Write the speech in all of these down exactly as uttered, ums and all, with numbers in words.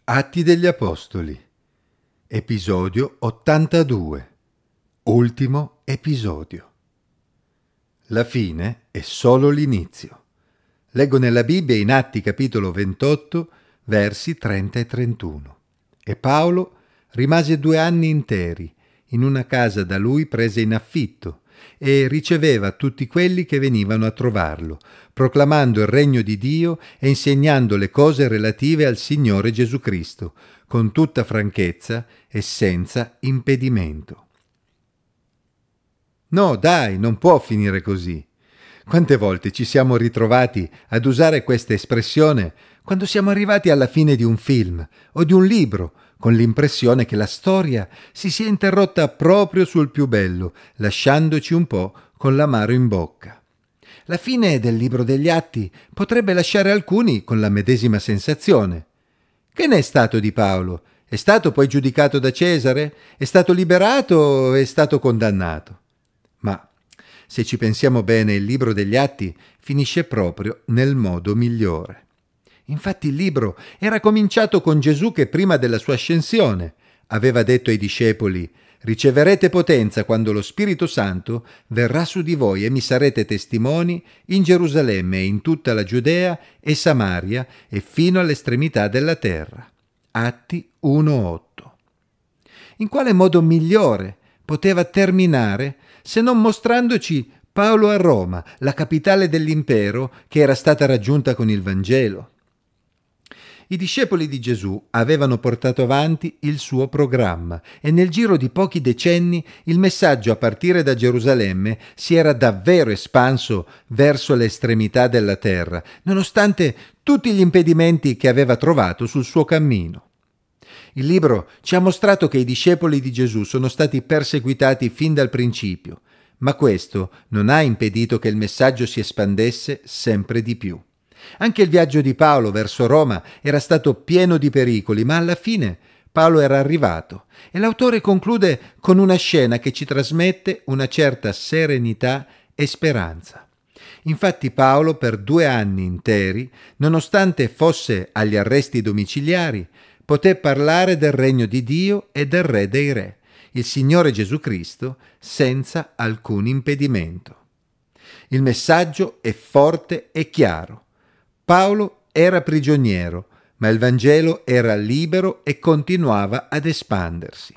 Atti degli Apostoli, episodio ottantadue, ultimo episodio. La fine è solo l'inizio. Leggo nella Bibbia in Atti capitolo ventotto, versi trenta e trentuno. E Paolo rimase due anni interi in una casa da lui presa in affitto e riceveva tutti quelli che venivano a trovarlo, proclamando il regno di Dio e insegnando le cose relative al Signore Gesù Cristo, con tutta franchezza e senza impedimento. No, dai, non può finire così. Quante volte ci siamo ritrovati ad usare questa espressione quando siamo arrivati alla fine di un film o di un libro, con l'impressione che la storia si sia interrotta proprio sul più bello, lasciandoci un po' con l'amaro in bocca. La fine del libro degli Atti potrebbe lasciare alcuni con la medesima sensazione. Che ne è stato di Paolo? È stato poi giudicato da Cesare? È stato liberato o è stato condannato? Ma se ci pensiamo bene, il libro degli Atti finisce proprio nel modo migliore. Infatti il libro era cominciato con Gesù che prima della sua ascensione aveva detto ai discepoli: «Riceverete potenza quando lo Spirito Santo verrà su di voi e mi sarete testimoni in Gerusalemme e in tutta la Giudea e Samaria e fino all'estremità della terra». Atti uno otto. In quale modo migliore poteva terminare se non mostrandoci Paolo a Roma, la capitale dell'impero che era stata raggiunta con il Vangelo? I discepoli di Gesù avevano portato avanti il suo programma e nel giro di pochi decenni il messaggio a partire da Gerusalemme si era davvero espanso verso le estremità della terra, nonostante tutti gli impedimenti che aveva trovato sul suo cammino. Il libro ci ha mostrato che i discepoli di Gesù sono stati perseguitati fin dal principio, ma questo non ha impedito che il messaggio si espandesse sempre di più. Anche il viaggio di Paolo verso Roma era stato pieno di pericoli, ma alla fine Paolo era arrivato e l'autore conclude con una scena che ci trasmette una certa serenità e speranza. Infatti Paolo per due anni interi, nonostante fosse agli arresti domiciliari, poté parlare del regno di Dio e del Re dei Re, il Signore Gesù Cristo, senza alcun impedimento. Il messaggio è forte e chiaro. Paolo era prigioniero, ma il Vangelo era libero e continuava ad espandersi.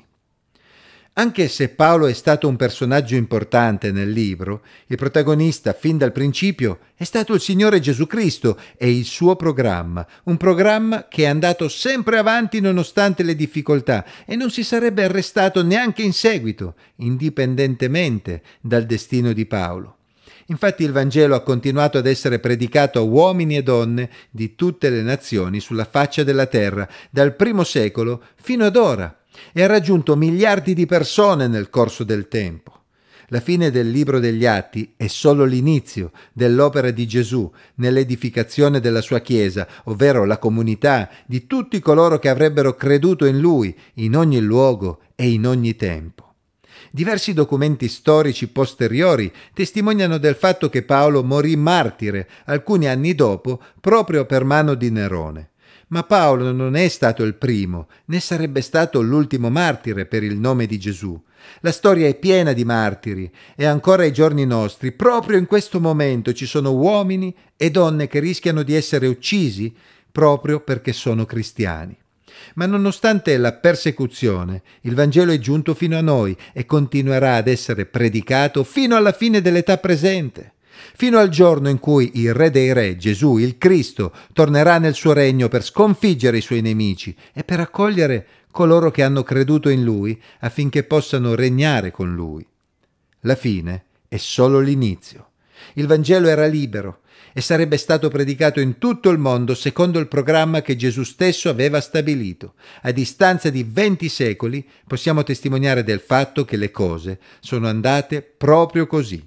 Anche se Paolo è stato un personaggio importante nel libro, il protagonista fin dal principio è stato il Signore Gesù Cristo e il suo programma, un programma che è andato sempre avanti nonostante le difficoltà e non si sarebbe arrestato neanche in seguito, indipendentemente dal destino di Paolo. Infatti il Vangelo ha continuato ad essere predicato a uomini e donne di tutte le nazioni sulla faccia della terra, dal primo secolo fino ad ora, e ha raggiunto miliardi di persone nel corso del tempo. La fine del libro degli Atti è solo l'inizio dell'opera di Gesù nell'edificazione della sua Chiesa, ovvero la comunità di tutti coloro che avrebbero creduto in Lui in ogni luogo e in ogni tempo. Diversi documenti storici posteriori testimoniano del fatto che Paolo morì martire alcuni anni dopo proprio per mano di Nerone. Ma Paolo non è stato il primo, né sarebbe stato l'ultimo martire per il nome di Gesù. La storia è piena di martiri e ancora ai giorni nostri, proprio in questo momento, ci sono uomini e donne che rischiano di essere uccisi proprio perché sono cristiani. Ma nonostante la persecuzione, il Vangelo è giunto fino a noi e continuerà ad essere predicato fino alla fine dell'età presente, fino al giorno in cui il Re dei Re, Gesù, il Cristo, tornerà nel suo regno per sconfiggere i suoi nemici e per accogliere coloro che hanno creduto in Lui affinché possano regnare con Lui. La fine è solo l'inizio. Il Vangelo era libero e sarebbe stato predicato in tutto il mondo secondo il programma che Gesù stesso aveva stabilito. A distanza di venti secoli possiamo testimoniare del fatto che le cose sono andate proprio così.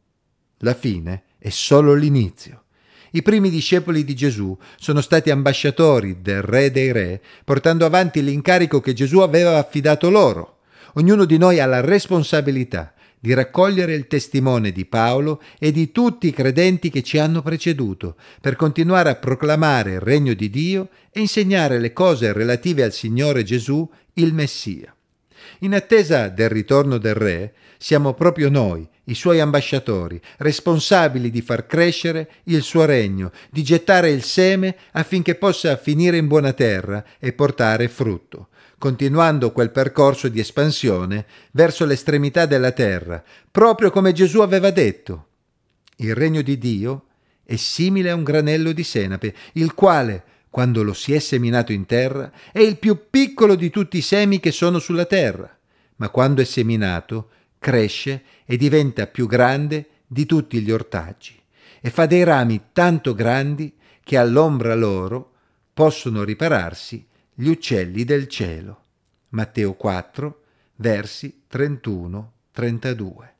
La fine è solo l'inizio. I primi discepoli di Gesù sono stati ambasciatori del Re dei Re, portando avanti l'incarico che Gesù aveva affidato loro. Ognuno di noi ha la responsabilità di raccogliere il testimone di Paolo e di tutti i credenti che ci hanno preceduto, per continuare a proclamare il regno di Dio e insegnare le cose relative al Signore Gesù, il Messia. In attesa del ritorno del Re, siamo proprio noi, i suoi ambasciatori, responsabili di far crescere il suo regno, di gettare il seme affinché possa finire in buona terra e portare frutto, continuando quel percorso di espansione verso l'estremità della terra, proprio come Gesù aveva detto. Il regno di Dio è simile a un granello di senape, il quale, quando lo si è seminato in terra, è il più piccolo di tutti i semi che sono sulla terra, ma quando è seminato cresce e diventa più grande di tutti gli ortaggi e fa dei rami tanto grandi che all'ombra loro possono ripararsi gli uccelli del cielo. Matteo quattro, versi trentuno trentadue.